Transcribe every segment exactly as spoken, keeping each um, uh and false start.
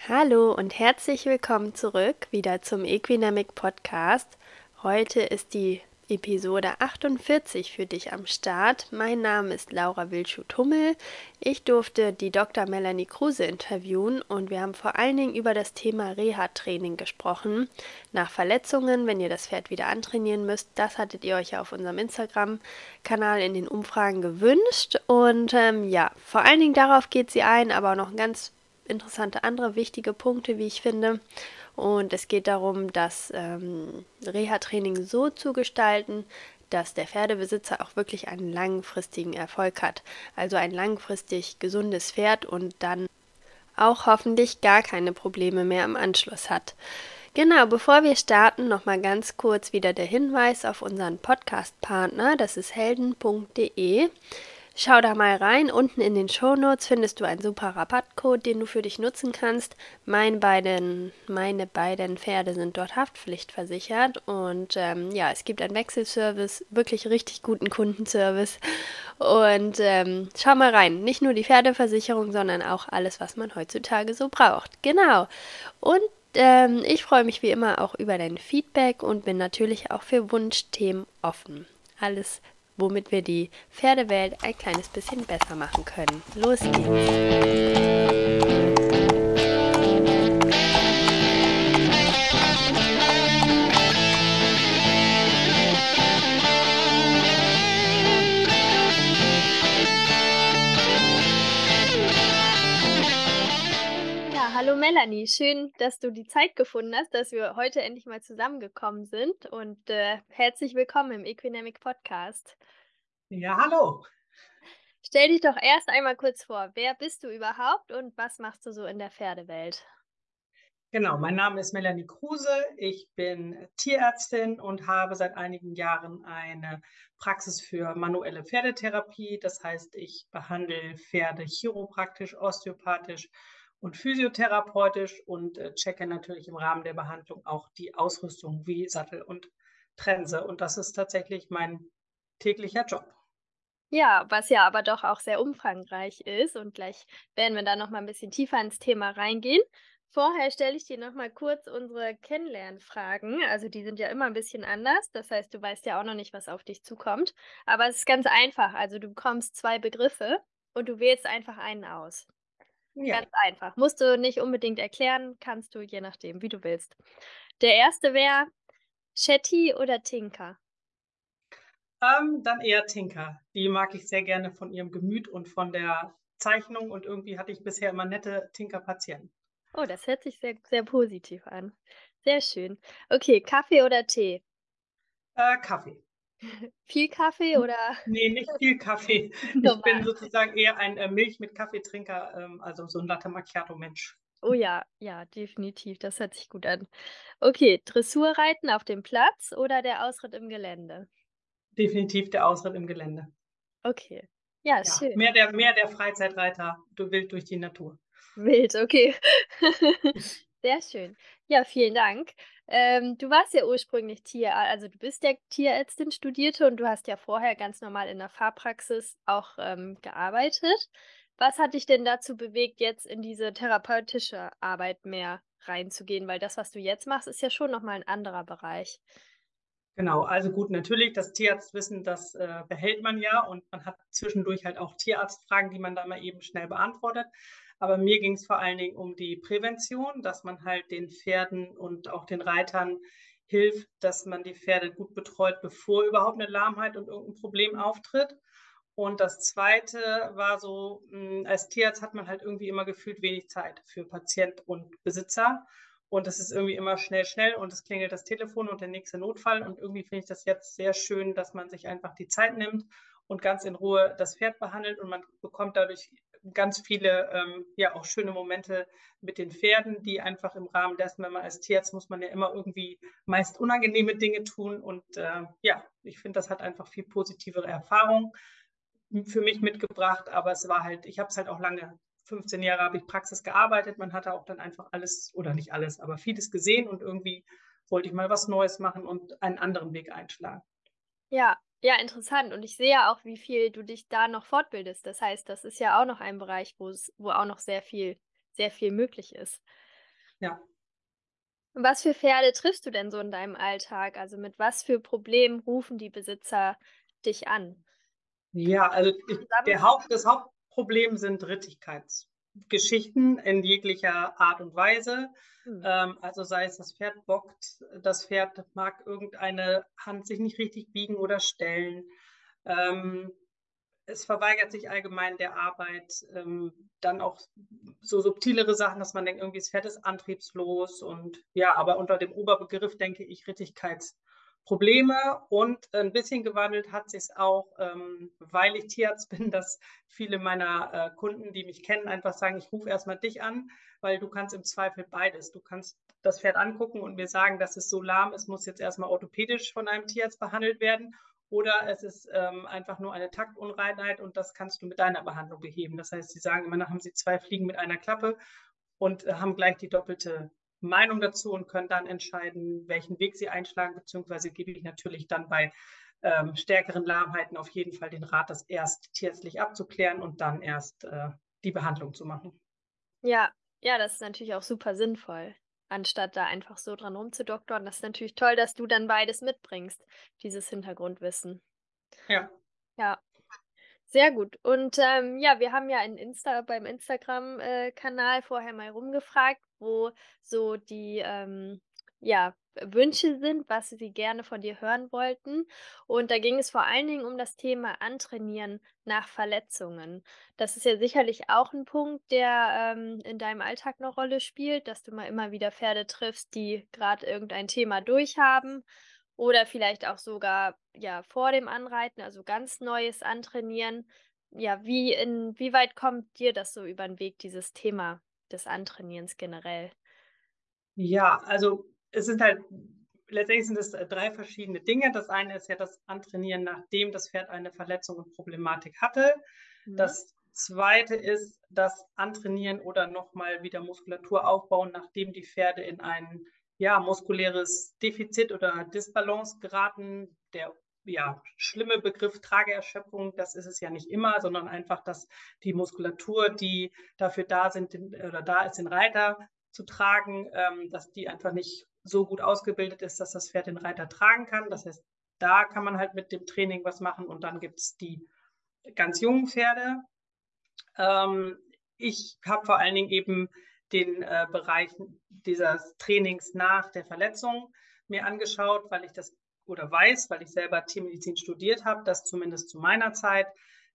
Hallo und herzlich willkommen zurück wieder zum Equinamic Podcast. Heute ist die Episode achtundvierzig für dich am Start. Mein Name ist Laura Wilschuh-Tummel. Ich durfte die Doktor Melanie Kruse interviewen und wir haben vor allen Dingen über das Thema Reha-Training gesprochen. Nach Verletzungen, wenn ihr das Pferd wieder antrainieren müsst, das hattet ihr euch ja auf unserem Instagram-Kanal in den Umfragen gewünscht. Und ähm, ja, vor allen Dingen darauf geht sie ein, aber auch noch ein ganz interessante andere wichtige Punkte, wie ich finde. Und es geht darum, das ähm, Reha-Training so zu gestalten, dass der Pferdebesitzer auch wirklich einen langfristigen Erfolg hat. Also ein langfristig gesundes Pferd und dann auch hoffentlich gar keine Probleme mehr im Anschluss hat. Genau, bevor wir starten, nochmal ganz kurz wieder der Hinweis auf unseren Podcast-Partner, das ist helden punkt de. Schau da mal rein. Unten in den Shownotes findest du einen super Rabattcode, den du für dich nutzen kannst. Mein beiden, meine beiden Pferde sind dort haftpflichtversichert und ähm, ja, es gibt einen Wechselservice, wirklich richtig guten Kundenservice. Und ähm, schau mal rein. Nicht nur die Pferdeversicherung, sondern auch alles, was man heutzutage so braucht. Genau. Und ähm, ich freue mich wie immer auch über dein Feedback und bin natürlich auch für Wunschthemen offen. Alles, womit wir die Pferdewelt ein kleines bisschen besser machen können. Los geht's! Ja, hallo Melanie, schön, dass du die Zeit gefunden hast, dass wir heute endlich mal zusammengekommen sind und äh, herzlich willkommen im Equinamic Podcast. Ja, hallo. Stell dich doch erst einmal kurz vor, wer bist du überhaupt und was machst du so in der Pferdewelt? Genau, mein Name ist Melanie Kruse. Ich bin Tierärztin und habe seit einigen Jahren eine Praxis für manuelle Pferdetherapie. Das heißt, ich behandle Pferde chiropraktisch, osteopathisch und physiotherapeutisch und äh, checke natürlich im Rahmen der Behandlung auch die Ausrüstung wie Sattel und Trense. Und das ist tatsächlich mein täglicher Job. Ja, was ja aber doch auch sehr umfangreich ist und gleich werden wir da noch mal ein bisschen tiefer ins Thema reingehen. Vorher stelle ich dir noch mal kurz unsere Kennenlernfragen. Also, die sind ja immer ein bisschen anders. Das heißt, du weißt ja auch noch nicht, was auf dich zukommt. Aber es ist ganz einfach. Also, du bekommst zwei Begriffe und du wählst einfach einen aus. Ja, Ganz einfach. Musst du nicht unbedingt erklären, kannst du je nachdem, wie du willst. Der erste wäre Shetty oder Tinker? Ähm, dann eher Tinker. Die mag ich sehr gerne von ihrem Gemüt und von der Zeichnung und irgendwie hatte ich bisher immer nette Tinker-Patienten. Oh, das hört sich sehr sehr positiv an. Sehr schön. Okay, Kaffee oder Tee? Äh, Kaffee. Viel Kaffee Hm, oder ne, nicht viel Kaffee. Ich bin normal? sozusagen eher ein, äh, Milch mit Kaffeetrinker, ähm, also so 'n Latte Macchiato Mensch. Oh ja, ja, definitiv, das hört sich gut an. Okay, Dressurreiten auf dem Platz oder der Ausritt im Gelände? Definitiv der Ausritt im Gelände. Okay. Ja, Ja, schön. mehr der mehr der Freizeitreiter, du wild durch die Natur. Wild, okay. Sehr schön. Ja, vielen Dank. Ähm, du warst ja ursprünglich Tier also, du bist ja Tierärztin, Studierte und du hast ja vorher ganz normal in der Fahrpraxis auch, ähm, gearbeitet. Was hat dich denn dazu bewegt, jetzt in diese therapeutische Arbeit mehr reinzugehen? Weil das, was du jetzt machst, ist ja schon noch mal 'n anderer Bereich. Genau, also gut, natürlich, das Tierarztwissen, das, äh, behält man ja und man hat zwischendurch halt auch Tierarztfragen, die man dann mal eben schnell beantwortet. Aber mir ging es vor allen Dingen um die Prävention, dass man halt den Pferden und auch den Reitern hilft, dass man die Pferde gut betreut, bevor überhaupt eine Lahmheit und irgendein Problem auftritt. Und das Zweite war so, hm, als Tierarzt hat man halt irgendwie immer gefühlt wenig Zeit für Patient und Besitzer. Und das ist irgendwie immer schnell, schnell und es klingelt das Telefon und der nächste Notfall. Und irgendwie finde ich das jetzt sehr schön, dass man sich einfach die Zeit nimmt und ganz in Ruhe das Pferd behandelt und man bekommt dadurch ganz viele, ähm, ja, auch schöne Momente mit den Pferden, die einfach im Rahmen dessen, wenn man als Tierarzt muss man ja immer irgendwie meist unangenehme Dinge tun und, äh, ja, ich finde, das hat einfach viel positivere Erfahrungen für mich mitgebracht, aber es war halt ich habe es halt auch lange fünfzehn Jahre habe ich Praxis gearbeitet. Man hatte auch dann einfach alles oder nicht alles, aber vieles gesehen und irgendwie wollte ich mal was Neues machen und einen anderen Weg einschlagen. Ja, ja, interessant. Und ich sehe ja auch, wie viel du dich da noch fortbildest. Das heißt, das ist ja auch noch ein Bereich, wo es wo auch noch sehr viel sehr viel möglich ist. Ja. Und was für Pferde triffst du denn so in deinem Alltag? Also, mit was für Problemen rufen die Besitzer dich an? Ja, also ich der Zusammenfassen? Haupt das Hauptproblem sind Rittigkeitsgeschichten in jeglicher Art und Weise. Mhm. Ähm, also sei es, das Pferd bockt, das Pferd mag irgendeine Hand sich nicht richtig biegen oder stellen. Ähm, es verweigert sich allgemein der Arbeit. Ähm, dann auch so subtilere Sachen, dass man denkt, irgendwie das Pferd ist antriebslos und ja, aber unter dem Oberbegriff denke ich Rittigkeitsprobleme und ein bisschen gewandelt hat sich's auch, ähm, weil ich Tierarzt bin, dass viele meiner, äh, Kunden, die mich kennen, einfach sagen: „Ich rufe erst mal dich an, weil du kannst im Zweifel beides. Du kannst das Pferd angucken und mir sagen, das ist so lahm, es muss jetzt erst mal orthopädisch von einem Tierarzt behandelt werden oder es ist ähm, einfach nur eine Taktunreinheit und das kannst du mit deiner Behandlung beheben. Das heißt, sie sagen immer, dann haben sie zwei Fliegen mit einer Klappe und äh, haben gleich die doppelte Meinung dazu und können dann entscheiden, welchen Weg sie einschlagen, beziehungsweise gebe ich natürlich dann bei ähm, stärkeren Lahmheiten auf jeden Fall den Rat, das erst tierärztlich abzuklären und dann erst äh, die Behandlung zu machen. Ja, ja, das ist natürlich auch super sinnvoll, anstatt da einfach so dran rumzudoktern. Das ist natürlich toll, dass du dann beides mitbringst, dieses Hintergrundwissen. Ja. Ja. Sehr gut. Und, ähm, ja, wir haben ja in Insta beim Instagram, äh, Kanal vorher mal rumgefragt, wo so die, ähm, ja, Wünsche sind, was sie gerne von dir hören wollten. Und da ging es vor allen Dingen um das Thema Antrainieren nach Verletzungen. Das ist ja sicherlich auch ein Punkt, der, ähm, in deinem Alltag 'ne Rolle spielt, dass du mal immer wieder Pferde triffst, die gerade irgendein Thema durchhaben oder vielleicht auch sogar, ja, vor dem Anreiten, also ganz Neues antrainieren. Ja, wie inwieweit kommt dir das so über 'n Weg, dieses Thema des Antrainierens generell? Ja, also es sind halt letztendlich sind es, äh, drei verschiedene Dinge. Das eine ist ja das Antrainieren, nachdem das Pferd eine Verletzung und Problematik hatte. Mhm. Das zweite ist das Antrainieren oder noch mal wieder Muskulatur aufbauen, nachdem die Pferde in ein, ja, muskuläres Defizit oder Disbalance geraten. Der, ja, schlimme Begriff Trageerschöpfung, das ist es ja nicht immer, sondern einfach, dass die Muskulatur, die dafür da sind den oder da ist, den Reiter zu tragen, ähm, dass die einfach nicht so gut ausgebildet ist, dass das Pferd den Reiter tragen kann. Das heißt, da kann man halt mit dem Training was machen und dann gibt es die ganz jungen Pferde. Ähm, ich habe vor allen Dingen eben den äh, Bereich dieses Trainings nach der Verletzung mir angeschaut, weil ich das oder weiß, weil ich selber Tiermedizin studiert habe, dass zumindest zu meiner Zeit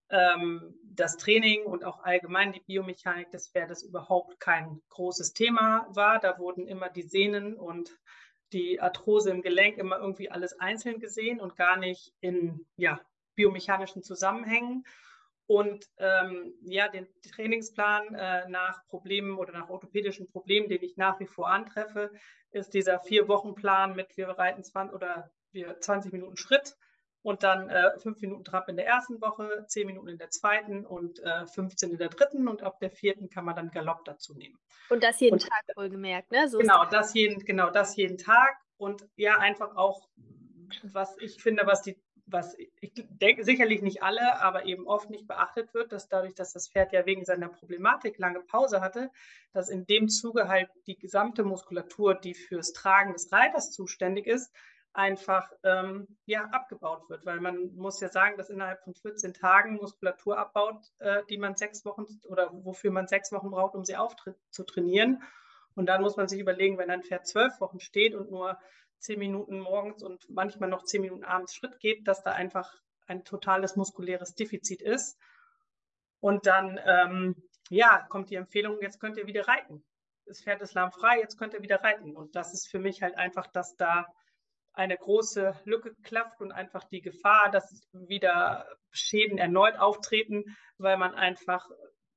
ähm, das Training und auch allgemein die Biomechanik des Pferdes überhaupt kein großes Thema war. Da wurden immer die Sehnen und die Arthrose im Gelenk immer irgendwie alles einzeln gesehen und gar nicht in, ja, biomechanischen Zusammenhängen. Und ähm, ja, den Trainingsplan äh, nach Problemen oder nach orthopädischen Problemen, den ich nach wie vor antreffe, ist dieser Vier-Wochen-Plan mit wir reiten zwanzig oder wir zwanzig Minuten Schritt und dann äh, fünf Minuten Trab in der ersten Woche, zehn Minuten in der zweiten und äh, fünfzehn in der dritten und ab der vierten kann man dann Galopp dazu nehmen. Und das jeden Und Tag wohlgemerkt, ne? So ist genau das jeden, genau das jeden Tag und ja, einfach auch, was ich finde, was die, was ich denke, sicherlich nicht alle, aber eben oft nicht beachtet wird, dass dadurch, dass das Pferd ja wegen seiner Problematik lange Pause hatte, dass in dem Zuge halt die gesamte Muskulatur, die fürs Tragen des Reiters zuständig ist, einfach ähm, ja, abgebaut wird. Weil man muss ja sagen, dass innerhalb von vierzehn Tagen Muskulatur abbaut, äh, die man sechs Wochen oder wofür man sechs Wochen braucht, um sie aufzutrainieren. Und dann muss man sich überlegen, wenn ein Pferd zwölf Wochen steht und nur zehn Minuten morgens und manchmal noch zehn Minuten abends Schritt geht, dass da einfach ein totales muskuläres Defizit ist. Und dann, ähm, ja, kommt die Empfehlung, jetzt könnt ihr wieder reiten. Das Pferd ist lahmfrei, jetzt könnt ihr wieder reiten. Und das ist für mich halt einfach, dass da eine große Lücke klafft und einfach die Gefahr, dass wieder Schäden erneut auftreten, weil man einfach,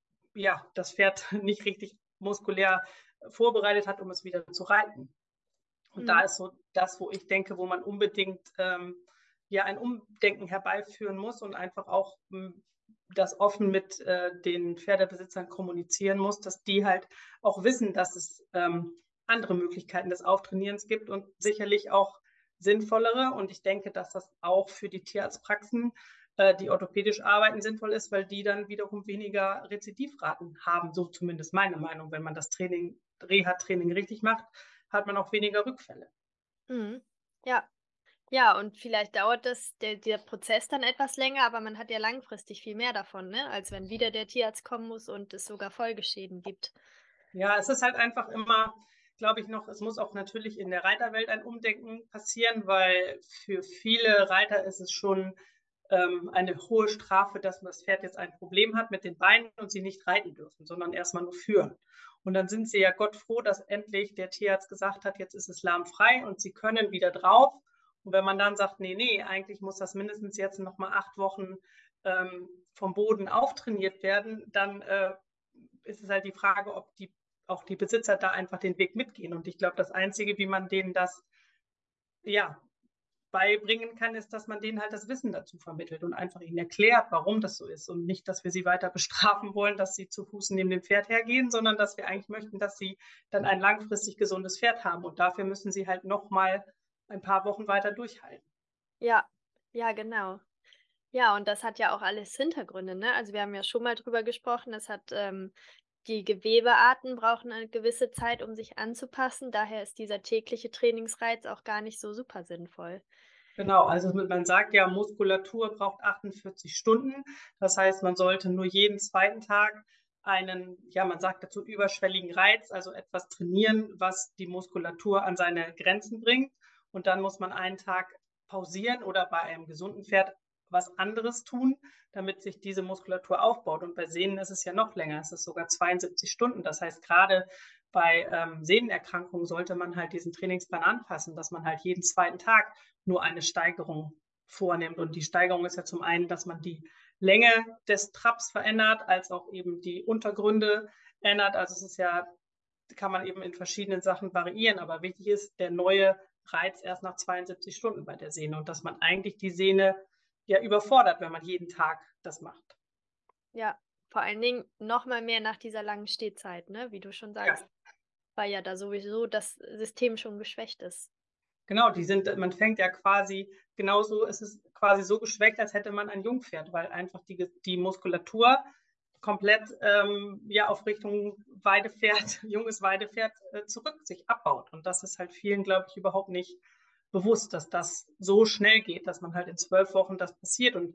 ja, das Pferd nicht richtig muskulär vorbereitet hat, um es wieder zu reiten. Und da Mhm. ist so das, wo ich denke, wo man unbedingt ähm, ja ein Umdenken herbeiführen muss und einfach auch m, das offen mit äh, den Pferdebesitzern kommunizieren muss, dass die halt auch wissen, dass es ähm, andere Möglichkeiten des Auftrainierens gibt und sicherlich auch sinnvollere. Und ich denke, dass das auch für die Tierarztpraxen äh, die orthopädisch arbeiten, sinnvoll ist, weil die dann wiederum weniger Rezidivraten haben, so zumindest meine Meinung. Wenn man das Training, Reha-Training richtig macht, hat man auch weniger Rückfälle. Mhm. Ja. Ja, und vielleicht dauert das der der Prozess dann etwas länger, aber man hat ja langfristig viel mehr davon, ne, als wenn wieder der Tierarzt kommen muss und es sogar Folgeschäden gibt. Ja, es ist halt einfach immer, glaube ich, noch, es muss auch natürlich in der Reiterwelt ein Umdenken passieren, weil für viele Reiter ist es schon ähm, eine hohe Strafe, dass das Pferd jetzt ein Problem hat mit den Beinen und sie nicht reiten dürfen, sondern erstmal nur führen. Und dann sind sie ja Gott froh, dass endlich der Tierarzt gesagt hat, jetzt ist es lahmfrei und sie können wieder drauf. Und wenn man dann sagt, nee, nee, eigentlich muss das mindestens jetzt noch mal acht Wochen ähm, vom Boden auftrainiert werden, dann äh, ist es halt die Frage, ob die auch die Besitzer da einfach den Weg mitgehen. Und ich glaube, das Einzige, wie man denen das ja, beibringen kann, ist, dass man denen halt das Wissen dazu vermittelt und einfach ihnen erklärt, warum das so ist. Und nicht, dass wir sie weiter bestrafen wollen, dass sie zu Fuß neben dem Pferd hergehen, sondern dass wir eigentlich möchten, dass sie dann ein langfristig gesundes Pferd haben. Und dafür müssen sie halt noch mal ein paar Wochen weiter durchhalten. Ja, ja, genau. Ja, und das hat ja auch alles Hintergründe, ne? Also, wir haben ja schon mal drüber gesprochen, es hat, ähm die Gewebearten brauchen eine gewisse Zeit, um sich anzupassen. Daher ist dieser tägliche Trainingsreiz auch gar nicht so super sinnvoll. Genau, also man sagt ja, Muskulatur braucht achtundvierzig Stunden. Das heißt, man sollte nur jeden zweiten Tag einen, ja, man sagt dazu überschwelligen Reiz, also etwas trainieren, was die Muskulatur an seine Grenzen bringt. Und dann muss man einen Tag pausieren oder bei einem gesunden Pferd was anderes tun, damit sich diese Muskulatur aufbaut. Und bei Sehnen ist es ja noch länger, es ist sogar zweiundsiebzig Stunden. Das heißt, gerade bei ähm, Sehnenerkrankungen sollte man halt diesen Trainingsplan anpassen, dass man halt jeden zweiten Tag nur eine Steigerung vornimmt. Und die Steigerung ist ja zum einen, dass man die Länge des Traps verändert, als auch eben die Untergründe ändert. Also es ist ja, kann man eben in verschiedenen Sachen variieren. Aber wichtig ist der neue Reiz erst nach zweiundsiebzig Stunden bei der Sehne und dass man eigentlich die Sehne ja überfordert, wenn man jeden Tag das macht. Ja, vor allen Dingen noch mal mehr nach dieser langen Stehzeit, ne, wie du schon sagst, Ja. weil ja da sowieso das System schon geschwächt ist. Genau, die sind, man fängt ja quasi genauso, es ist quasi so geschwächt, als hätte man ein Jungpferd, weil einfach die, die Muskulatur komplett ähm, ja, auf Richtung Weidepferd, junges Weidepferd äh, zurück sich abbaut. Und das ist halt vielen, glaube ich, überhaupt nicht bewusst, dass das so schnell geht, dass man halt in zwölf Wochen das passiert. Und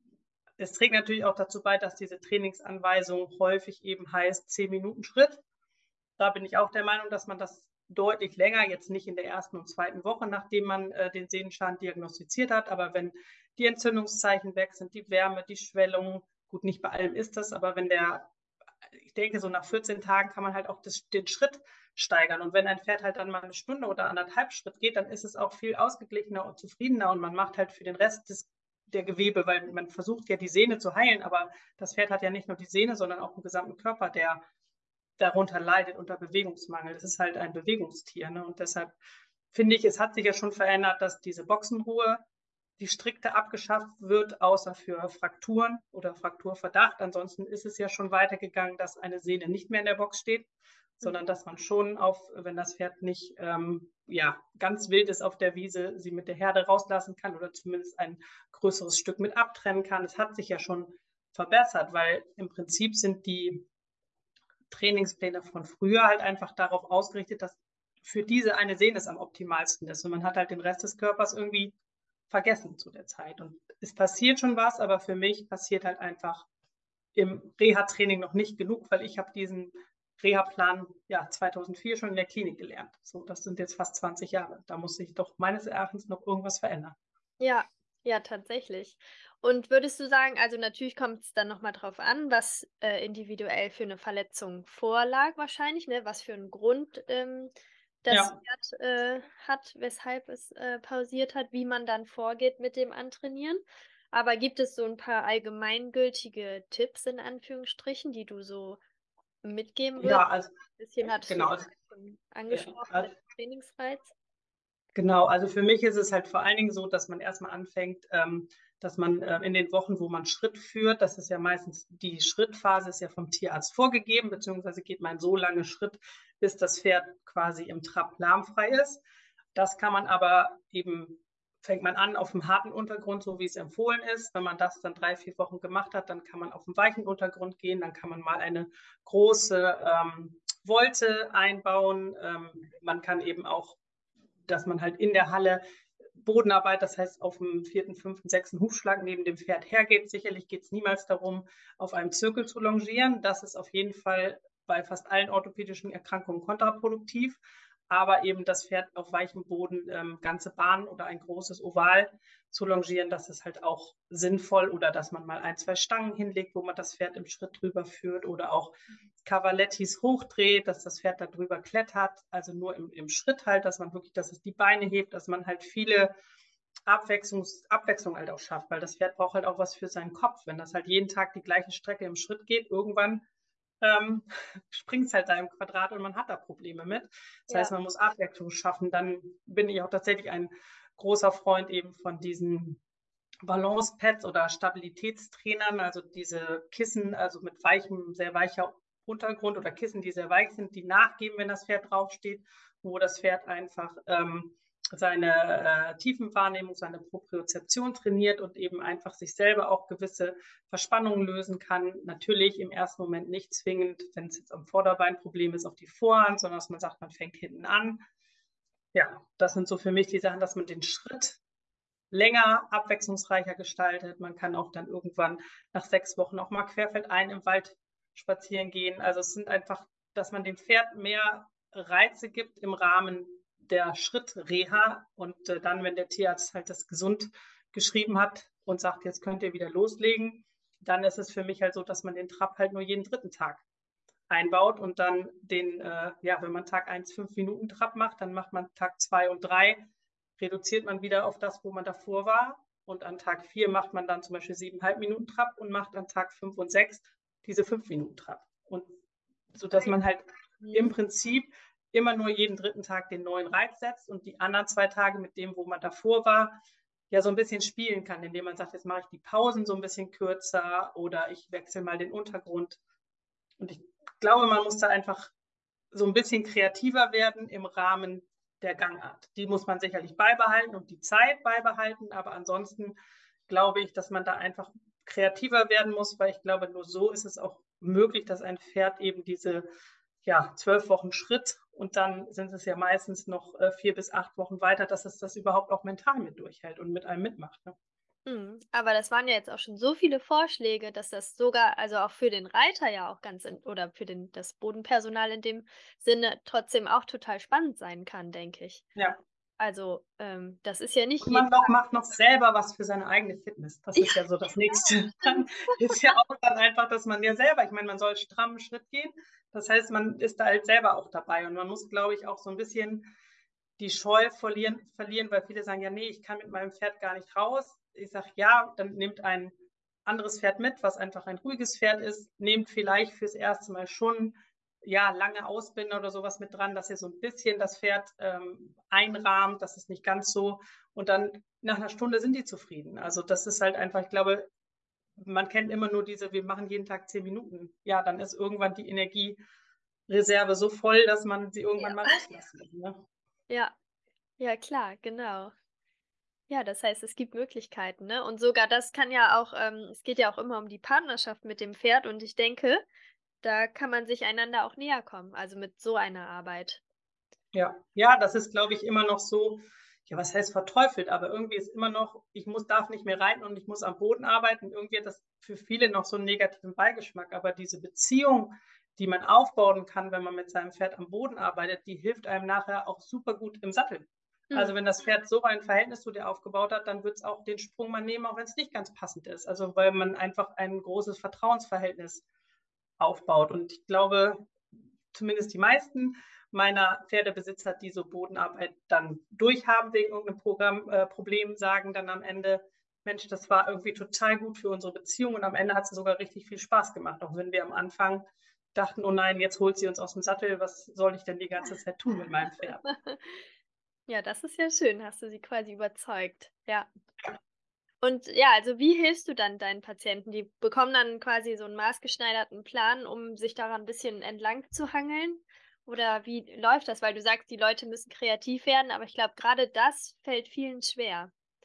es trägt natürlich auch dazu bei, dass diese Trainingsanweisung häufig eben heißt zehn Minuten Schritt. Da bin ich auch der Meinung, dass man das deutlich länger, jetzt nicht in der ersten und zweiten Woche, nachdem man äh, den Sehnenschaden diagnostiziert hat, aber wenn die Entzündungszeichen weg sind, die Wärme, die Schwellung, gut, nicht bei allem ist das, aber wenn der, ich denke, so nach vierzehn Tagen kann man halt auch das, den Schritt steigern. Und wenn ein Pferd halt dann mal eine Stunde oder anderthalb Schritt geht, dann ist es auch viel ausgeglichener und zufriedener und man macht halt für den Rest des, der Gewebe, weil man versucht ja die Sehne zu heilen, aber das Pferd hat ja nicht nur die Sehne, sondern auch den gesamten Körper, der darunter leidet, unter Bewegungsmangel. Das ist halt ein Bewegungstier. Ne? Und deshalb finde ich, es hat sich ja schon verändert, dass diese Boxenruhe, die strikte abgeschafft wird, außer für Frakturen oder Frakturverdacht. Ansonsten ist es ja schon weitergegangen, dass eine Sehne nicht mehr in der Box steht, sondern dass man schon auf, wenn das Pferd nicht ähm, ja, ganz wild ist auf der Wiese, sie mit der Herde rauslassen kann oder zumindest ein größeres Stück mit abtrennen kann. Es hat sich ja schon verbessert, weil im Prinzip sind die Trainingspläne von früher halt einfach darauf ausgerichtet, dass für diese eine Sehne es am optimalsten ist. Und man hat halt den Rest des Körpers irgendwie vergessen zu der Zeit. Und es passiert schon was, aber für mich passiert halt einfach im Reha-Training noch nicht genug, weil ich habe diesen Reha-Plan ja zweitausendvier schon in der Klinik gelernt. So, das sind jetzt fast zwanzig Jahre. Da muss sich doch meines Erachtens noch irgendwas verändern. Ja, ja, tatsächlich. Und würdest du sagen, also natürlich kommt es dann noch mal drauf an, was, äh, individuell für eine Verletzung vorlag wahrscheinlich, ne? Was für 'n Grund, ähm, das Ja, Pferd, äh, hat, weshalb es, äh, pausiert hat, wie man dann vorgeht mit dem Antrainieren. Aber gibt es so ein paar allgemeingültige Tipps in Anführungsstrichen, die du so mitgeben würdest? ja, also Bisschen hattest du genau. ja Also, schon ja, angesprochen mit also, dem Trainingsreiz. Genau, also für mich ist es halt vor allen Dingen so, dass man erstmal anfängt, ähm, dass man äh, in den Wochen, wo man Schritt führt, das ist ja meistens die Schrittphase, ist ja vom Tierarzt vorgegeben, beziehungsweise geht man so lange Schritt, bis das Pferd quasi im Trab lahmfrei ist. Das kann man aber eben fängt man an auf dem harten Untergrund, so wie es empfohlen ist. Wenn man das dann drei, vier Wochen gemacht hat, dann kann man auf 'n weichen Untergrund gehen. Dann kann man mal eine große, ähm, Volte einbauen. Ähm, man kann eben auch, dass man halt in der Halle Bodenarbeit, das heißt auf dem vierten, fünften, sechsten Hufschlag neben dem Pferd hergeht. Sicherlich geht es niemals darum, auf einem Zirkel zu longieren. Das ist auf jeden Fall bei fast allen orthopädischen Erkrankungen kontraproduktiv. Aber eben das Pferd auf weichem Boden, ähm, ganze Bahnen oder ein großes Oval zu longieren, das ist halt auch sinnvoll. Oder dass man mal ein, zwei Stangen hinlegt, wo man das Pferd im Schritt drüber führt oder auch Cavalettis hochdreht, dass das Pferd da drüber klettert, also nur im, im Schritt halt, dass man wirklich, dass es die Beine hebt, dass man halt viele Abwechslungs, Abwechslung halt auch schafft, weil das Pferd braucht halt auch was für seinen Kopf. Wenn das halt jeden Tag die gleiche Strecke im Schritt geht, irgendwann ähm, springt es halt da im Quadrat und man hat da Probleme mit. Das Ja. heißt, man muss Abwechslung schaffen. Dann bin ich auch tatsächlich ein großer Freund eben von diesen Balance-Pads oder Stabilitätstrainern, also diese Kissen, also mit weichem, sehr weicher Untergrund oder Kissen, die sehr weich sind, die nachgeben, wenn das Pferd draufsteht, wo das Pferd einfach ähm, seine äh, Tiefenwahrnehmung, seine Propriozeption trainiert und eben einfach sich selber auch gewisse Verspannungen lösen kann. Natürlich im ersten Moment nicht zwingend, wenn es jetzt am Vorderbein ein Problem ist, auf die Vorhand, sondern dass man sagt, man fängt hinten an. Ja, das sind so für mich die Sachen, dass man den Schritt länger, abwechslungsreicher gestaltet. Man kann auch dann irgendwann nach sechs Wochen auch mal querfeldein im Wald spazieren gehen. Also es sind einfach, dass man dem Pferd mehr Reize gibt im Rahmen der Schrittreha und äh, dann, wenn der Tierarzt halt das gesund geschrieben hat und sagt, jetzt könnt ihr wieder loslegen, dann ist es für mich halt so, dass man den Trab halt nur jeden dritten Tag einbaut und dann den, äh, ja, wenn man Tag eins fünf Minuten Trab macht, dann macht man Tag zwei und drei, reduziert man wieder auf das, wo man davor war. Und an Tag vier macht man dann zum Beispiel siebeneinhalb Minuten Trab und macht an Tag fünf und sechs diese fünf Minuten Trab. Und so dass man halt im Mhm. Prinzip immer nur jeden dritten Tag den neuen Reiz setzt und die anderen zwei Tage mit dem, wo man davor war, ja so ein bisschen spielen kann, indem man sagt, jetzt mache ich die Pausen so ein bisschen kürzer oder ich wechsle mal den Untergrund. Und ich glaube, man muss da einfach so ein bisschen kreativer werden im Rahmen der Gangart. Die muss man sicherlich beibehalten und die Zeit beibehalten, aber ansonsten glaube ich, dass man da einfach kreativer werden muss, weil ich glaube, nur so ist es auch möglich, dass ein Pferd eben diese ja, zwölf Wochen Schritt und dann sind es ja meistens noch äh, vier bis acht Wochen weiter, dass es das überhaupt auch mental mit durchhält und mit einem mitmacht. Ne? Mhm. Aber das waren ja jetzt auch schon so viele Vorschläge, dass das sogar also auch für den Reiter ja auch ganz in oder für den das Bodenpersonal in dem Sinne trotzdem auch total spannend sein kann, denke ich. Ja. Also, ähm, das ist ja nicht Und man jeden noch Tag. macht noch selber was für seine eigene Fitness. Das ist ja so das Nächste. Dann Stimmt. ist ja auch dann einfach, dass man ja selber, ich meine, man soll strammen Schritt gehen. Das heißt, man ist da halt selber auch dabei. Und man muss, glaube ich, auch so ein bisschen die Scheu verlieren, verlieren, weil viele sagen, ja, nee, ich kann mit meinem Pferd gar nicht raus. Ich sage, ja, dann nehmt ein anderes Pferd mit, was einfach ein ruhiges Pferd ist. Nehmt vielleicht fürs erste Mal schon ja, lange Ausbinder oder sowas mit dran, dass ihr so ein bisschen das Pferd ähm, einrahmt, dass es nicht ganz so und dann nach einer Stunde sind die zufrieden. Also das ist halt einfach, ich glaube, man kennt immer nur diese, wir machen jeden Tag zehn Minuten. Ja, dann ist irgendwann die Energiereserve so voll, dass man sie irgendwann mal Ja. loslassen muss. Ne? Ja, ja klar, genau. Ja, das heißt, es gibt Möglichkeiten, ne? Und sogar das kann ja auch ähm, es geht ja auch immer um die Partnerschaft mit dem Pferd und ich denke, da kann man sich einander auch näher kommen, also mit so einer Arbeit. Ja, ja, das ist, glaube ich, immer noch so, ja, was heißt verteufelt, aber irgendwie ist immer noch, ich muss, darf nicht mehr reiten und ich muss am Boden arbeiten. Irgendwie hat das für viele noch so einen negativen Beigeschmack. Aber diese Beziehung, die man aufbauen kann, wenn man mit seinem Pferd am Boden arbeitet, die hilft einem nachher auch super gut im Sattel. Mhm. Also wenn das Pferd so ein Verhältnis zu dir aufgebaut hat, dann wird es auch den Sprung mal nehmen, auch wenn es nicht ganz passend ist. Also weil man einfach ein großes Vertrauensverhältnis aufbaut. Und ich glaube, zumindest die meisten meiner Pferdebesitzer, die so Bodenarbeit dann durchhaben wegen irgendeinem Programm, äh, Problem, sagen dann am Ende, Mensch, das war irgendwie total gut für unsere Beziehung und am Ende hat es sogar richtig viel Spaß gemacht, auch wenn wir am Anfang dachten, oh nein, jetzt holt sie uns aus dem Sattel, was soll ich denn die ganze Zeit tun mit meinem Pferd? Ja, das ist ja schön, hast du sie quasi überzeugt. Ja. Und ja, also wie hilfst du dann deinen Patienten? Die bekommen dann quasi so 'n maßgeschneiderten Plan, um sich daran 'n bisschen entlang zu hangeln? Oder wie läuft das? Weil du sagst, die Leute müssen kreativ werden, aber ich glaube, grade das fällt vielen schwer.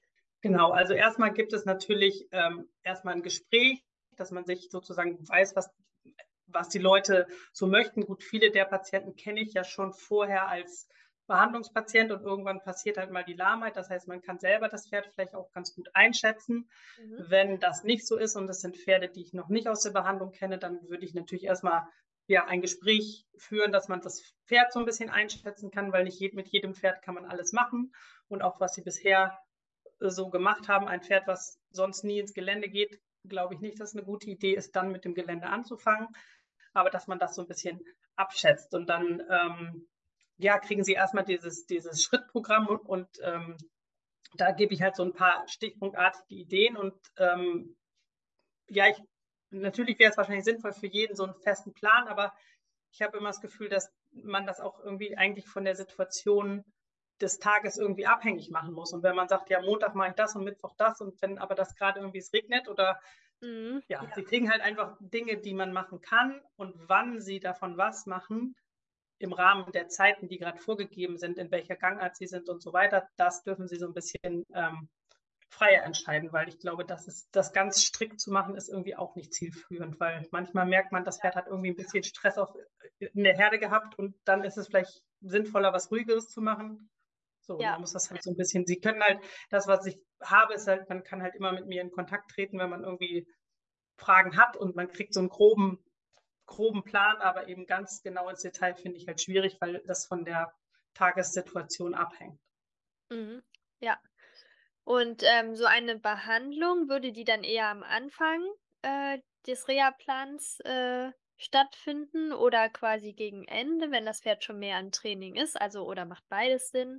Genau, also erstmal gibt es natürlich ähm, erstmal ein Gespräch, dass man sich sozusagen weiß, was, was die Leute so möchten. Gut, viele der Patienten kenne ich ja schon vorher als Behandlungspatient und irgendwann passiert halt mal die Lahmheit. Das heißt, man kann selber das Pferd vielleicht auch ganz gut einschätzen. Mhm. Wenn das nicht so ist und das sind Pferde, die ich noch nicht aus der Behandlung kenne, dann würde ich natürlich erstmal ja, ein Gespräch führen, dass man das Pferd so ein bisschen einschätzen kann, weil nicht mit jedem Pferd kann man alles machen. Und auch was sie bisher so gemacht haben, ein Pferd, was sonst nie ins Gelände geht, glaube ich nicht, dass es eine gute Idee ist, dann mit dem Gelände anzufangen, aber dass man das so ein bisschen abschätzt und dann ähm, ja, kriegen sie erstmal dieses, dieses Schrittprogramm und, und ähm, da gebe ich halt so ein paar stichpunktartige Ideen und ähm, ja, ich, natürlich wäre es wahrscheinlich sinnvoll für jeden so einen festen Plan, aber ich habe immer das Gefühl, dass man das auch irgendwie eigentlich von der Situation des Tages irgendwie abhängig machen muss. Und wenn man sagt, ja, Montag mache ich das und Mittwoch das und wenn aber das gerade irgendwie es regnet oder Mhm. ja, ja, sie kriegen halt einfach Dinge, die man machen kann und wann sie davon was machen, im Rahmen der Zeiten, die gerade vorgegeben sind, in welcher Gangart sie sind und so weiter, das dürfen sie so ein bisschen ähm, freier entscheiden, weil ich glaube, das ist das ganz strikt zu machen, ist irgendwie auch nicht zielführend, weil manchmal merkt man, das Pferd hat irgendwie ein bisschen Stress auf, in der Herde gehabt und dann ist es vielleicht sinnvoller, was Ruhigeres zu machen. So, und Ja. man muss das halt so ein bisschen, sie können halt, das, was ich habe, ist halt, man kann halt immer mit mir in Kontakt treten, wenn man irgendwie Fragen hat und man kriegt so einen groben, groben Plan, aber eben ganz genau ins Detail finde ich halt schwierig, weil das von der Tagessituation abhängt. Mhm. Ja. Und ähm, so eine Behandlung, würde die dann eher am Anfang äh, des Reha-Plans äh, stattfinden oder quasi gegen Ende, wenn das Pferd schon mehr im Training ist? Also, oder macht beides Sinn?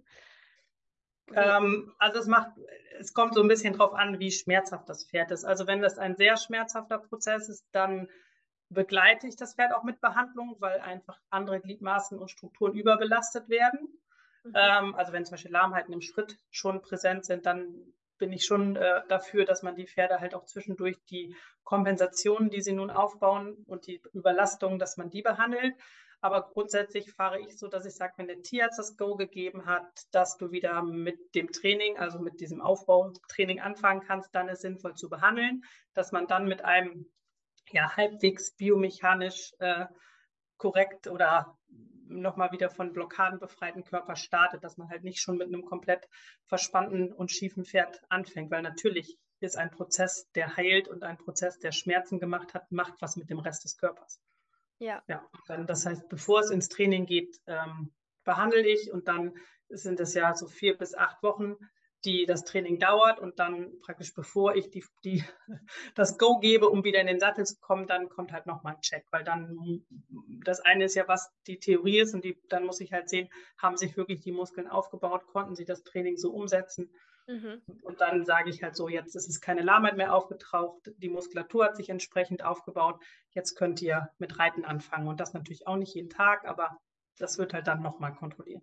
Wie? Ähm, also es macht, es kommt so ein bisschen drauf an, wie schmerzhaft das Pferd ist. Also wenn das ein sehr schmerzhafter Prozess ist, dann begleite ich das Pferd auch mit Behandlung, weil einfach andere Gliedmaßen und Strukturen überbelastet werden. Mhm. Ähm, also wenn zum Beispiel Lahmheiten im Schritt schon präsent sind, dann bin ich schon äh, dafür, dass man die Pferde halt auch zwischendurch die Kompensationen, die sie nun aufbauen und die Überlastung, dass man die behandelt. Aber grundsätzlich fahre ich so, dass ich sage, wenn der Tierarzt das Go gegeben hat, dass du wieder mit dem Training, also mit diesem Aufbautraining anfangen kannst, dann ist sinnvoll zu behandeln, dass man dann mit einem ja, halbwegs biomechanisch äh, korrekt oder nochmal wieder von Blockaden befreiten Körper startet, dass man halt nicht schon mit einem komplett verspannten und schiefen Pferd anfängt, weil natürlich ist ein Prozess, der heilt und ein Prozess, der Schmerzen gemacht hat, macht was mit dem Rest des Körpers. Ja. Ja, dann, das heißt, bevor es ins Training geht, ähm, behandle ich und dann sind es ja so vier bis acht Wochen, die das Training dauert und dann praktisch bevor ich die, die, das Go gebe, um wieder in den Sattel zu kommen, dann kommt halt nochmal ein Check, weil dann das eine ist ja, was die Theorie ist und die, dann muss ich halt sehen, haben sich wirklich die Muskeln aufgebaut, konnten sie das Training so umsetzen Mhm. und dann sage ich halt so, jetzt ist es keine Lahmheit mehr aufgetaucht, die Muskulatur hat sich entsprechend aufgebaut, jetzt könnt ihr mit Reiten anfangen. Und das natürlich auch nicht jeden Tag, aber das wird halt dann nochmal kontrolliert.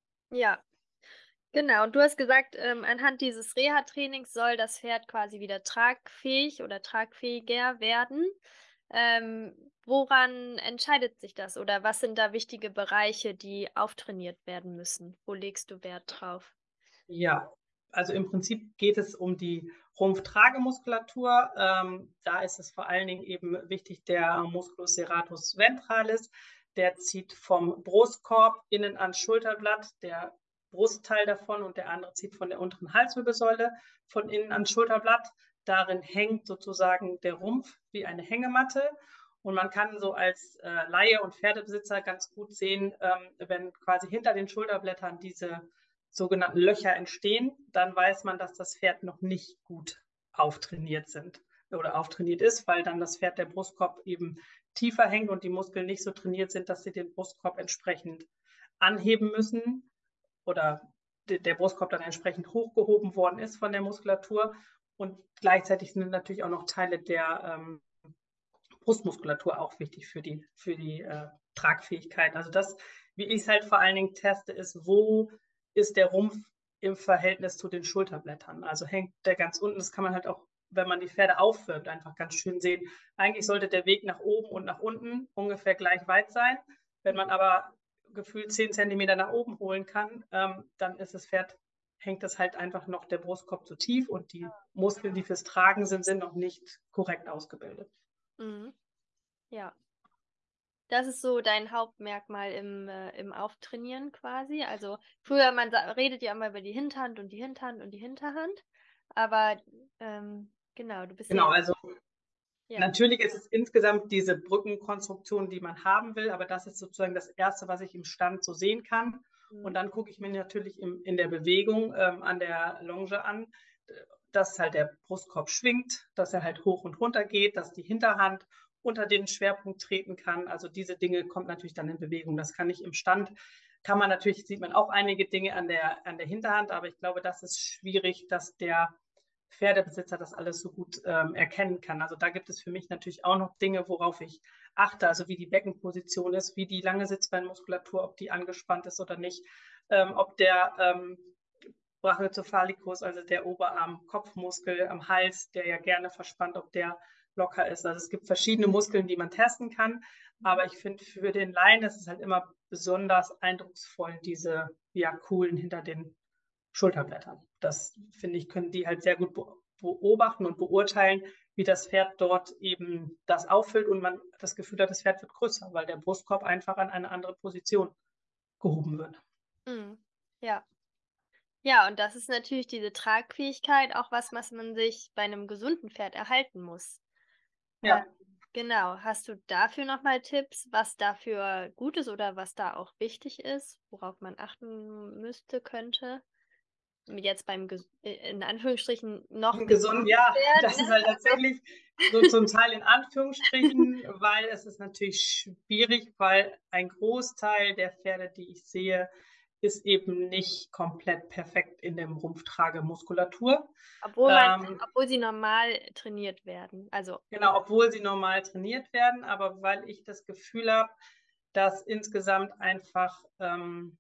Ja. Genau, und du hast gesagt, ähm, anhand dieses Reha-Trainings soll das Pferd quasi wieder tragfähig oder tragfähiger werden. Ähm, woran entscheidet sich das oder was sind da wichtige Bereiche, die auftrainiert werden müssen? Wo legst du Wert drauf? Ja, also im Prinzip geht es um die Rumpftragemuskulatur. Ähm, da ist es vor allen Dingen eben wichtig der Musculus serratus ventralis. Der zieht vom Brustkorb innen ans Schulterblatt, der Brustteil davon und der andere zieht von der unteren Halswirbelsäule von innen ans Schulterblatt. Darin hängt sozusagen der Rumpf wie eine Hängematte. Und man kann so als äh, Laie und Pferdebesitzer ganz gut sehen, ähm, wenn quasi hinter den Schulterblättern diese sogenannten Löcher entstehen, dann weiß man, dass das Pferd noch nicht gut auftrainiert sind oder auftrainiert ist, weil dann das Pferd der Brustkorb eben tiefer hängt und die Muskeln nicht so trainiert sind, dass sie den Brustkorb entsprechend anheben müssen oder der Brustkorb dann entsprechend hochgehoben worden ist von der Muskulatur. Und gleichzeitig sind natürlich auch noch Teile der ähm, Brustmuskulatur auch wichtig für die, für die äh, Tragfähigkeit. Also das, wie ich es halt vor allen Dingen teste, ist, wo ist der Rumpf im Verhältnis zu den Schulterblättern. Also hängt der ganz unten, das kann man halt auch, wenn man die Pferde aufwirbt, einfach ganz schön sehen. Eigentlich sollte der Weg nach oben und nach unten ungefähr gleich weit sein. Wenn man aber gefühlt zehn Zentimeter nach oben holen kann, ähm, dann ist das Pferd hängt das halt einfach noch der Brustkorb zu tief und die Muskeln, die fürs Tragen sind, sind noch nicht korrekt ausgebildet. Mhm. Ja. Das ist so dein Hauptmerkmal im, äh, im Auftrainieren quasi. Also früher, man sa- redet ja immer über die Hinterhand und die Hinterhand und die Hinterhand. Aber ähm, genau, du bist ja Genau, jetzt, also ja. natürlich ist es insgesamt diese Brückenkonstruktion, die man haben will, aber das ist sozusagen das Erste, was ich im Stand so sehen kann. Und Mhm. dann gucke ich mir natürlich im, in der Bewegung ähm, an der Longe an, dass halt der Brustkorb schwingt, dass er halt hoch und runter geht, dass die Hinterhand unter den Schwerpunkt treten kann. Also diese Dinge kommt natürlich dann in Bewegung. Das kann ich im Stand, kann man natürlich, sieht man auch einige Dinge an der, an der Hinterhand, aber ich glaube, das ist schwierig, dass der Pferdebesitzer das alles so gut ähm, erkennen kann. Also da gibt es für mich natürlich auch noch Dinge, worauf ich achte, also wie die Beckenposition ist, wie die lange Sitzbeinmuskulatur, ob die angespannt ist oder nicht, ähm, ob der ähm, Brachiocephalicus, also der Oberarm-Kopfmuskel am Hals, der ja gerne verspannt, ob der locker ist. Also es gibt verschiedene Muskeln, die man testen kann, aber ich finde, für den Laien ist es halt immer besonders eindrucksvoll, diese ja, Kuhlen hinter den Schulterblättern. Das, finde ich, können die halt sehr gut beobachten und beurteilen, wie das Pferd dort eben das auffüllt und man das Gefühl hat, das Pferd wird größer, weil der Brustkorb einfach an eine andere Position gehoben wird. Mhm. Ja. Ja, und das ist natürlich diese Tragfähigkeit auch was, was man sich bei einem gesunden Pferd erhalten muss. Äh, Ja, genau. Hast du dafür noch mal Tipps, was dafür gut ist oder was da auch wichtig ist, worauf man achten müsste, könnte? Jetzt beim ges äh, in Anführungsstrichen noch gesund, gesunden ja, Pferd, das ne? ist halt Also, tatsächlich so zum Teil in Anführungsstrichen, weil es ist natürlich schwierig, weil ein Großteil der Pferde, die ich sehe, ist eben nicht komplett perfekt in dem Rumpftragemuskulatur. obwohl man Ähm, obwohl sie normal trainiert werden. Also, Genau, obwohl sie normal trainiert werden, aber weil ich das Gefühl habe, dass insgesamt einfach ähm,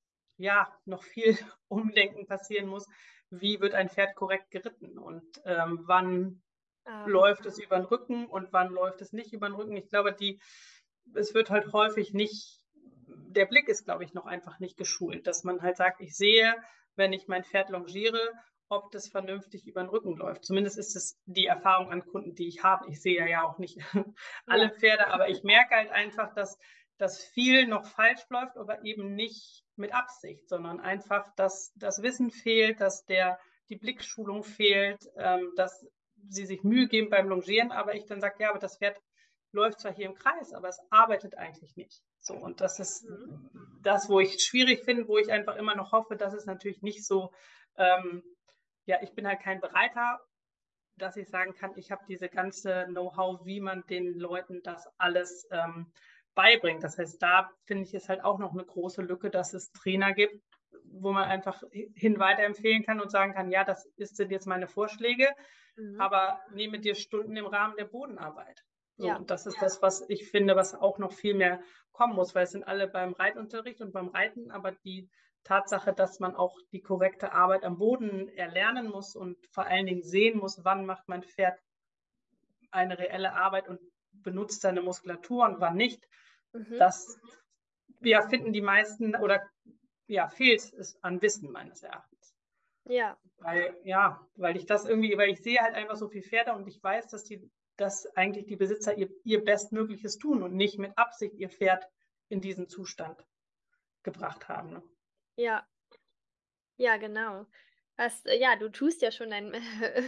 ja noch viel Umdenken passieren muss. Wie wird ein Pferd korrekt geritten und ähm, wann ähm, läuft es über den Rücken und wann läuft es nicht über den Rücken? Ich glaube, die, es wird halt häufig nicht, der Blick ist, glaube ich, noch einfach nicht geschult, dass man halt sagt, ich sehe, wenn ich mein Pferd longiere, ob das vernünftig über den Rücken läuft. Zumindest ist es die Erfahrung an Kunden, die ich habe. Ich sehe ja auch nicht ja, alle Pferde, aber ich merke halt einfach, dass, dass viel noch falsch läuft, aber eben nicht mit Absicht, sondern einfach, dass das Wissen fehlt, dass der, die Blickschulung fehlt, ähm, dass sie sich Mühe geben beim Longieren, aber ich dann sage, ja, aber das Pferd läuft zwar hier im Kreis, aber es arbeitet eigentlich nicht. So, und das ist mhm, das, wo ich schwierig finde, wo ich einfach immer noch hoffe, dass es natürlich nicht so, ähm, ja, ich bin halt kein Bereiter, dass ich sagen kann, ich habe diese ganze Know-how, wie man den Leuten das alles ähm, beibringt. Das heißt, da finde ich es halt auch noch eine große Lücke, dass es Trainer gibt, wo man einfach hin weiterempfehlen kann und sagen kann, ja, das sind jetzt meine Vorschläge, mhm, aber nehme dir Stunden im Rahmen der Bodenarbeit. So, ja, und das ist das, was ich finde, was auch noch viel mehr kommen muss, weil es sind alle beim Reitunterricht und beim Reiten, aber die Tatsache, dass man auch die korrekte Arbeit am Boden erlernen muss und vor allen Dingen sehen muss, wann macht mein Pferd eine reelle Arbeit und benutzt seine Muskulatur und wann nicht, mhm, das ja, finden die meisten oder ja, fehlt es an Wissen meines Erachtens. ja, Weil, ja, weil ich das irgendwie, weil ich sehe halt einfach so viele Pferde und ich weiß, dass die, dass eigentlich die Besitzer ihr, ihr Bestmögliches tun und nicht mit Absicht ihr Pferd in diesen Zustand gebracht haben. Ne? ja, ja, genau. Hast, äh, ja, du tust ja schon dein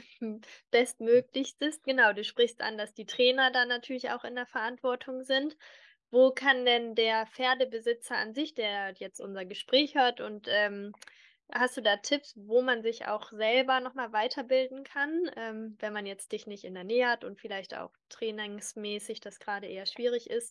Bestmöglichstes. Genau, du sprichst an, dass die Trainer da natürlich auch in der Verantwortung sind. Wo kann denn der Pferdebesitzer an sich, der jetzt unser Gespräch hört und ähm, hast du da Tipps, wo man sich auch selber noch mal weiterbilden kann, ähm, wenn man jetzt dich nicht in der Nähe hat und vielleicht auch trainingsmäßig das gerade eher schwierig ist?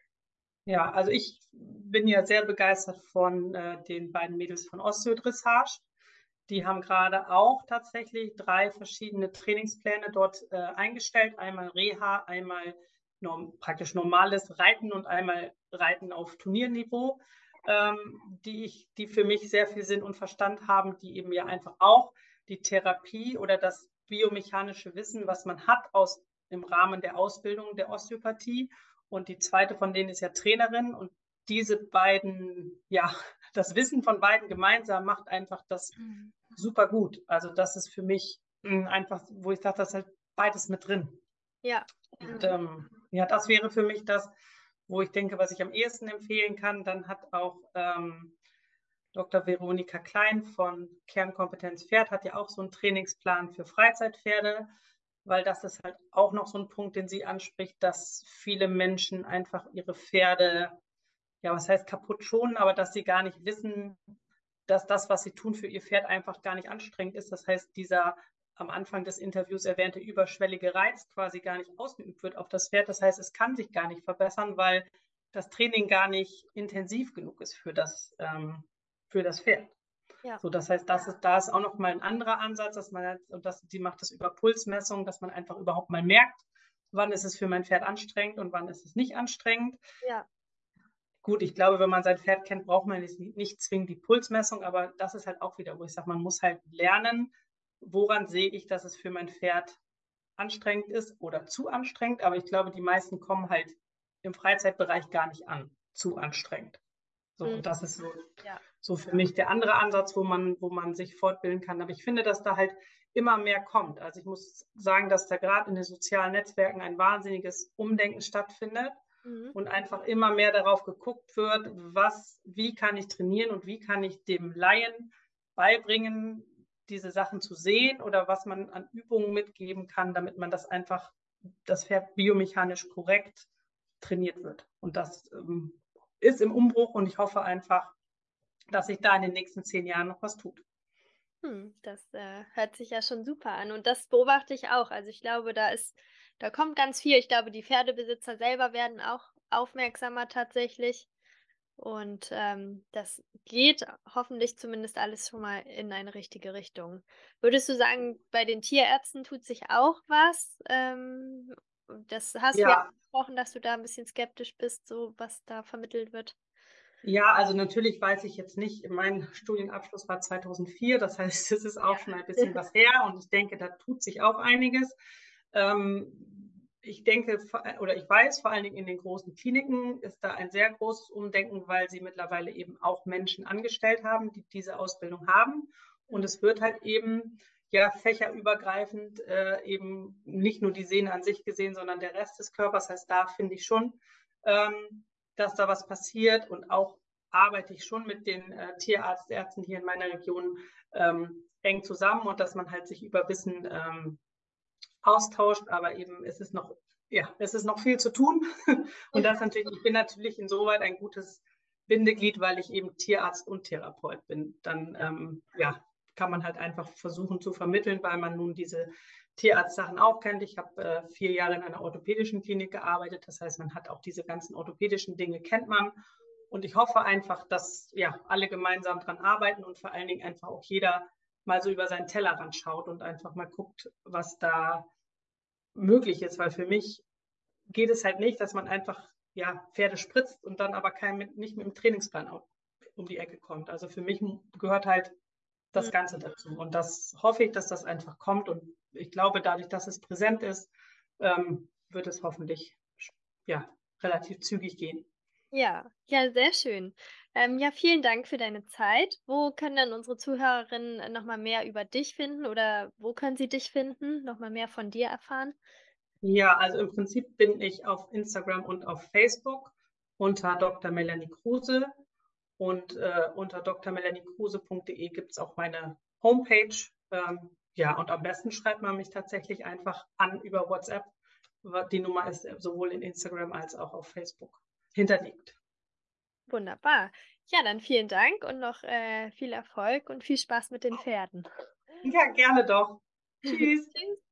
Ja, also ich bin ja sehr begeistert von äh, den beiden Mädels von Osteodressage. Die haben gerade auch tatsächlich drei verschiedene Trainingspläne dort äh, eingestellt. Einmal Reha, einmal norm praktisch normales Reiten und einmal Reiten auf Turnierniveau, ähm, die, ich, die für mich sehr viel Sinn und Verstand haben, die eben ja einfach auch die Therapie oder das biomechanische Wissen, was man hat aus, im Rahmen der Ausbildung der Osteopathie. Und die zweite von denen ist ja Trainerin und diese beiden ja, das Wissen von beiden gemeinsam macht einfach das Mhm. super gut. Also das ist für mich hm, einfach, wo ich sage, das ist halt beides mit drin. Ja. Und Mhm. ähm, ja, das wäre für mich das, wo ich denke, was ich am ehesten empfehlen kann. Dann hat auch ähm, Doktor Veronika Klein von Kernkompetenz Pferd hat ja auch so einen Trainingsplan für Freizeitpferde, weil das ist halt auch noch so ein Punkt, den sie anspricht, dass viele Menschen einfach ihre Pferde, ja, was heißt kaputt schonen, aber dass sie gar nicht wissen, dass das, was sie tun für ihr Pferd, einfach gar nicht anstrengend ist. Das heißt, dieser am Anfang des Interviews erwähnte überschwellige Reiz quasi gar nicht ausgeübt wird auf das Pferd. Das heißt, es kann sich gar nicht verbessern, weil das Training gar nicht intensiv genug ist für das, ähm, für das Pferd. Ja. So, das heißt, das ist, da ist auch noch mal ein anderer Ansatz, dass man, und das, die macht das über Pulsmessung, dass man einfach überhaupt mal merkt, wann ist es für mein Pferd anstrengend und wann ist es nicht anstrengend. Ja. Gut, ich glaube, wenn man sein Pferd kennt, braucht man nicht, nicht zwingend die Pulsmessung, aber das ist halt auch wieder, wo ich sage, man muss halt lernen, woran sehe ich, dass es für mein Pferd anstrengend ist oder zu anstrengend. Aber ich glaube, die meisten kommen halt im Freizeitbereich gar nicht an, zu anstrengend. So, Mhm. und das ist so, Ja. so für mich der andere Ansatz, wo man, wo man sich fortbilden kann. Aber ich finde, dass da halt immer mehr kommt. Also ich muss sagen, dass da gerade in den sozialen Netzwerken ein wahnsinniges Umdenken stattfindet Mhm. und einfach immer mehr darauf geguckt wird, was, wie kann ich trainieren und wie kann ich dem Laien beibringen, diese Sachen zu sehen oder was man an Übungen mitgeben kann, damit man das einfach, das Pferd biomechanisch korrekt trainiert wird. Und das ähm, ist im Umbruch und ich hoffe einfach, dass sich da in den nächsten zehn Jahren noch was tut. Hm, das, äh, hört sich ja schon super an und das beobachte ich auch. Also, ich glaube, da ist da kommt ganz viel. Ich glaube, die Pferdebesitzer selber werden auch aufmerksamer tatsächlich und, ähm, das geht hoffentlich zumindest alles schon mal in eine richtige Richtung. Würdest du sagen, bei den Tierärzten tut sich auch was? Ähm, das hast du ja Ja, angesprochen, dass du da ein bisschen skeptisch bist, so was da vermittelt wird. ja, also natürlich weiß ich jetzt nicht, mein Studienabschluss war zweitausendvier, das heißt, es ist auch Ja. schon ein bisschen was her und ich denke, da tut sich auch einiges. Ähm, ich denke, oder ich weiß, vor allen Dingen in den großen Kliniken ist da ein sehr großes Umdenken, weil sie mittlerweile eben auch Menschen angestellt haben, die diese Ausbildung haben. Und Mhm. es wird halt eben ja fächerübergreifend äh, eben nicht nur die Sehne an sich gesehen, sondern der Rest des Körpers. Das heißt, da finde ich schon, ähm, dass da was passiert und auch arbeite ich schon mit den äh, Tierarztärzten hier in meiner Region ähm, eng zusammen und dass man halt sich über Wissen ähm, austauscht, aber eben ist es noch, ja, es ist noch viel zu tun. Und das natürlich, ich bin natürlich insoweit ein gutes Bindeglied, weil ich eben Tierarzt und Therapeut bin. Dann ähm, ja, kann man halt einfach versuchen zu vermitteln, weil man nun diese Tierarztsachen auch kennt. Ich habe äh, vier Jahre in einer orthopädischen Klinik gearbeitet. Das heißt, man hat auch diese ganzen orthopädischen Dinge kennt man. Und ich hoffe einfach, dass ja alle gemeinsam dran arbeiten und vor allen Dingen einfach auch jeder mal so über seinen Tellerrand schaut und einfach mal guckt, was da möglich ist. Weil für mich geht es halt nicht, dass man einfach ja, Pferde spritzt und dann aber kein, nicht mit dem Trainingsplan um die Ecke kommt. Also für mich gehört halt das Mhm. Ganze dazu. Und das hoffe ich, dass das einfach kommt. Und ich glaube, dadurch, dass es präsent ist, ähm, wird es hoffentlich ja, relativ zügig gehen. Ja, ja, sehr schön. Ähm, ja, vielen Dank für deine Zeit. Wo können denn unsere Zuhörerinnen noch mal mehr über dich finden oder wo können sie dich finden, noch mal mehr von dir erfahren? Ja, also im Prinzip bin ich auf Instagram und auf Facebook unter Doktor Melanie Kruse und äh, unter d r melanie kruse punkt de gibt es auch meine Homepage. Ähm, ja, und am besten schreibt man mich tatsächlich einfach an über WhatsApp. Die Nummer ist sowohl in Instagram als auch auf Facebook hinterlegt. Wunderbar. Ja, dann vielen Dank und noch, äh, viel Erfolg und viel Spaß mit den Pferden. Ja, gerne doch. Tschüss. Tschüss.